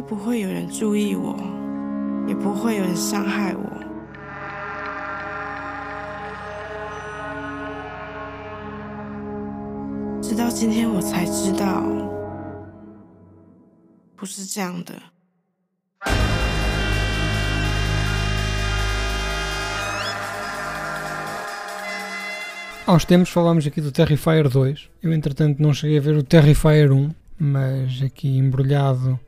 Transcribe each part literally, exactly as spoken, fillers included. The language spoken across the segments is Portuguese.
不会有人注意我，也不会有人伤害我。直到今天我才知道，不是这样的。 Há uns tempos falámos aqui do Terrifier dois. Eu, entretanto, não cheguei a ver o Terrifier um, mas aqui embrulhado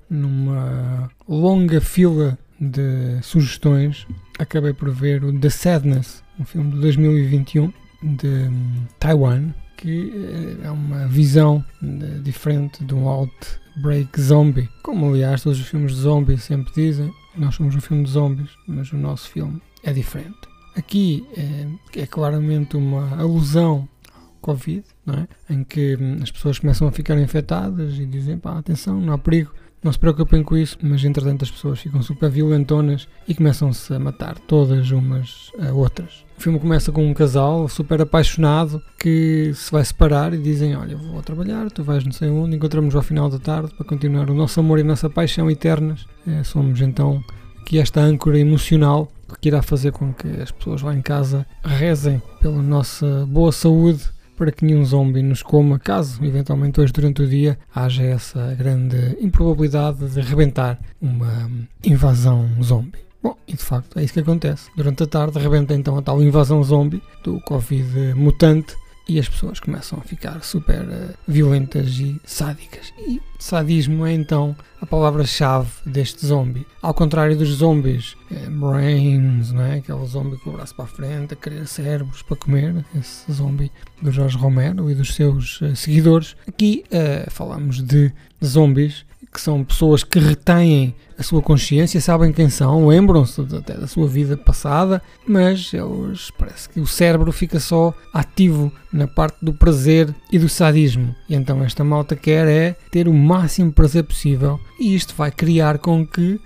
numa longa fila de sugestões, acabei por ver o The Sadness, um filme de dois mil e vinte e um de Taiwan, que é uma visão diferente de um outbreak zombie. Como, aliás, todos os filmes de zombies sempre dizem, nós somos um filme de zombies, mas o nosso filme é diferente. Aqui é, é claramente uma alusão ao Covid, não é? Em que as pessoas começam a ficar infectadas e dizem, pá, atenção, não há perigo, não se preocupem com isso, mas entretanto as pessoas ficam super violentonas e começam-se a matar todas umas a outras. O filme começa com um casal super apaixonado que se vai separar e dizem, olha, eu vou trabalhar, tu vais não sei onde, encontramos ao final da tarde para continuar o nosso amor e a nossa paixão eternas. É, somos então aqui esta âncora emocional que irá fazer com que as pessoas lá em casa rezem pela nossa boa saúde para que nenhum zombie nos coma, caso eventualmente hoje durante o dia haja essa grande improbabilidade de rebentar uma invasão zombie. Bom, e de facto é isso que acontece. Durante a tarde rebenta então a tal invasão zombie do Covid mutante e as pessoas começam a ficar super uh, violentas e sádicas. E sadismo é então a palavra-chave deste zombie. Ao contrário dos zombies é, brains, não é? Aquele zombie com o braço para a frente, a querer cérebros para comer, esse zombie do Jorge Romero e dos seus uh, seguidores. Aqui uh, falamos de zombies que são pessoas que retêm a sua consciência, sabem quem são, lembram-se até da sua vida passada, mas eles, parece que o cérebro fica só ativo na parte do prazer e do sadismo. E então esta malta quer é ter o máximo prazer possível e isto vai criar com que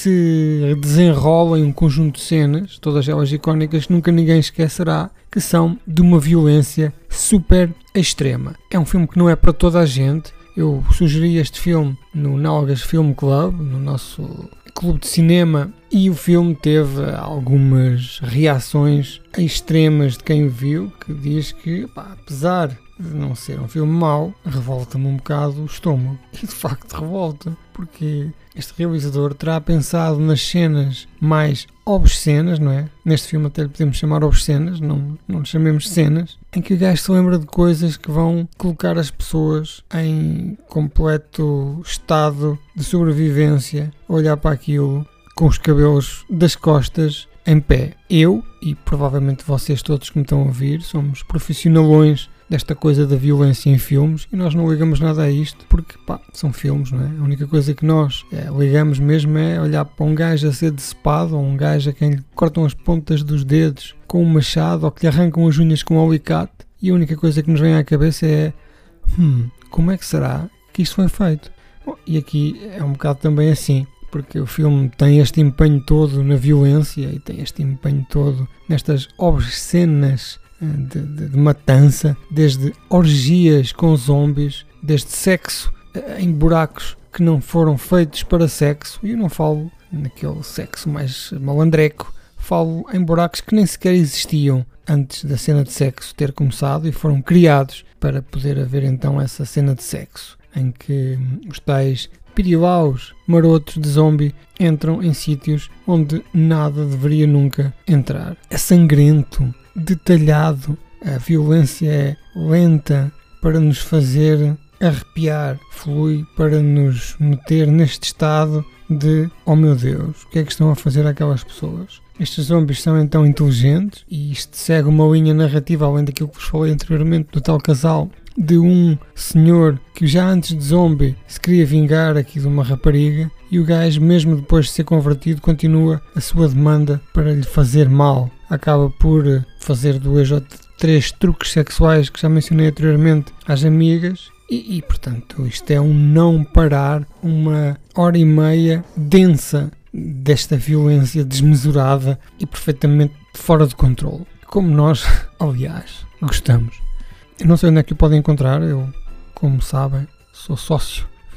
se desenrolem um conjunto de cenas, todas elas icónicas, que nunca ninguém esquecerá, que são de uma violência super extrema. É um filme que não é para toda a gente. Eu sugeri este filme no Nalgas Film Club, no nosso clube de cinema, e o filme teve algumas reações extremas de quem o viu, que diz que, pá, apesar de não ser um filme mau, revolta-me um bocado o estômago. E de facto revolta, porque este realizador terá pensado nas cenas mais obscenas, não é? Neste filme até lhe podemos chamar obscenas, não, não lhe chamemos cenas, em que o gajo se lembra de coisas que vão colocar as pessoas em completo estado de sobrevivência, olhar para aquilo com os cabelos das costas em pé. Eu, e provavelmente vocês todos que me estão a ouvir, somos profissionalões desta coisa da violência em filmes e nós não ligamos nada a isto porque, pá, são filmes, não é? A única coisa que nós é, ligamos mesmo é olhar para um gajo a ser decepado ou um gajo a quem lhe cortam as pontas dos dedos com um machado ou que lhe arrancam as unhas com um alicate e a única coisa que nos vem à cabeça é hum, como é que será que isto foi feito? Bom, e aqui é um bocado também assim, porque o filme tem este empenho todo na violência e tem este empenho todo nestas obscenas De, de, de matança, desde orgias com zombies, desde sexo em buracos que não foram feitos para sexo, e eu não falo naquele sexo mais malandreco, falo em buracos que nem sequer existiam antes da cena de sexo ter começado e foram criados para poder haver então essa cena de sexo, em que os tais pirilaus marotos de zombie entram em sítios onde nada deveria nunca entrar. É sangrento, detalhado, a violência é lenta para nos fazer arrepiar, flui para nos meter neste estado de oh meu Deus, o que é que estão a fazer aquelas pessoas? Estes zombies são então inteligentes e isto segue uma linha narrativa além daquilo que vos falei anteriormente do tal casal de um senhor que já antes de zombie se queria vingar aqui de uma rapariga e o gajo, mesmo depois de ser convertido, continua a sua demanda para lhe fazer mal. Acaba por fazer dois ou três truques sexuais que já mencionei anteriormente às amigas e, e portanto isto é um não parar, uma hora e meia densa desta violência desmesurada e perfeitamente fora de controle, como nós, aliás, gostamos. Eu não sei onde é que o podem encontrar, eu, como sabem, sou sócio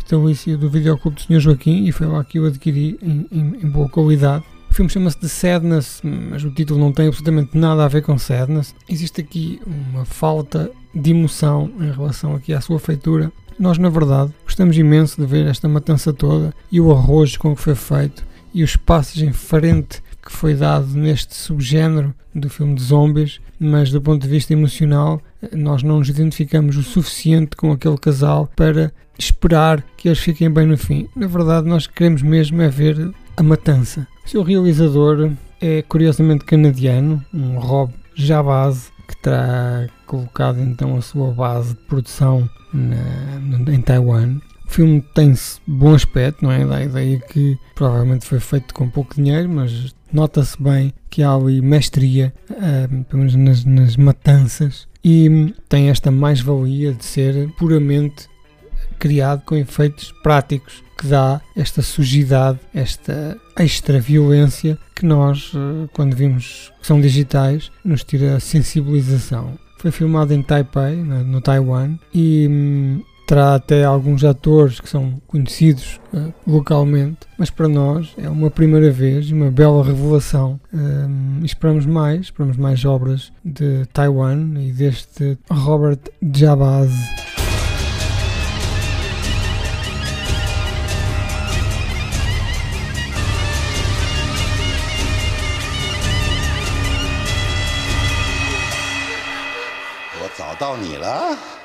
vitalício do Videoclube do senhor Joaquim e foi lá que eu adquiri em, em, em boa qualidade. O filme chama-se The Sadness, mas o título não tem absolutamente nada a ver com Sadness. Existe aqui uma falta de emoção em relação aqui à sua feitura. Nós, na verdade, gostamos imenso de ver esta matança toda e o arrojo com que foi feito e os passos em frente que foi dado neste subgénero do filme de zombies, mas do ponto de vista emocional nós não nos identificamos o suficiente com aquele casal para esperar que eles fiquem bem no fim. Na verdade, nós queremos mesmo é ver a matança. O seu realizador é curiosamente canadiano, um Rob Jabaz, que terá colocado então a sua base de produção na, em Taiwan. O filme tem-se bom aspecto, não é? Dá a ideia que provavelmente foi feito com pouco dinheiro, mas nota-se bem que há ali mestria, uh, pelo menos nas, nas matanças, e tem esta mais-valia de ser puramente criado com efeitos práticos, que dá esta sujidade, esta extra violência que nós, uh, quando vimos que são digitais, nos tira a sensibilização. Foi filmado em Taipei, no, no Taiwan, e hum, terá até alguns atores que são conhecidos uh, localmente, mas para nós é uma primeira vez e uma bela revelação. Um, esperamos mais, esperamos mais obras de Taiwan e deste Robert Jabaz. "我找到你了。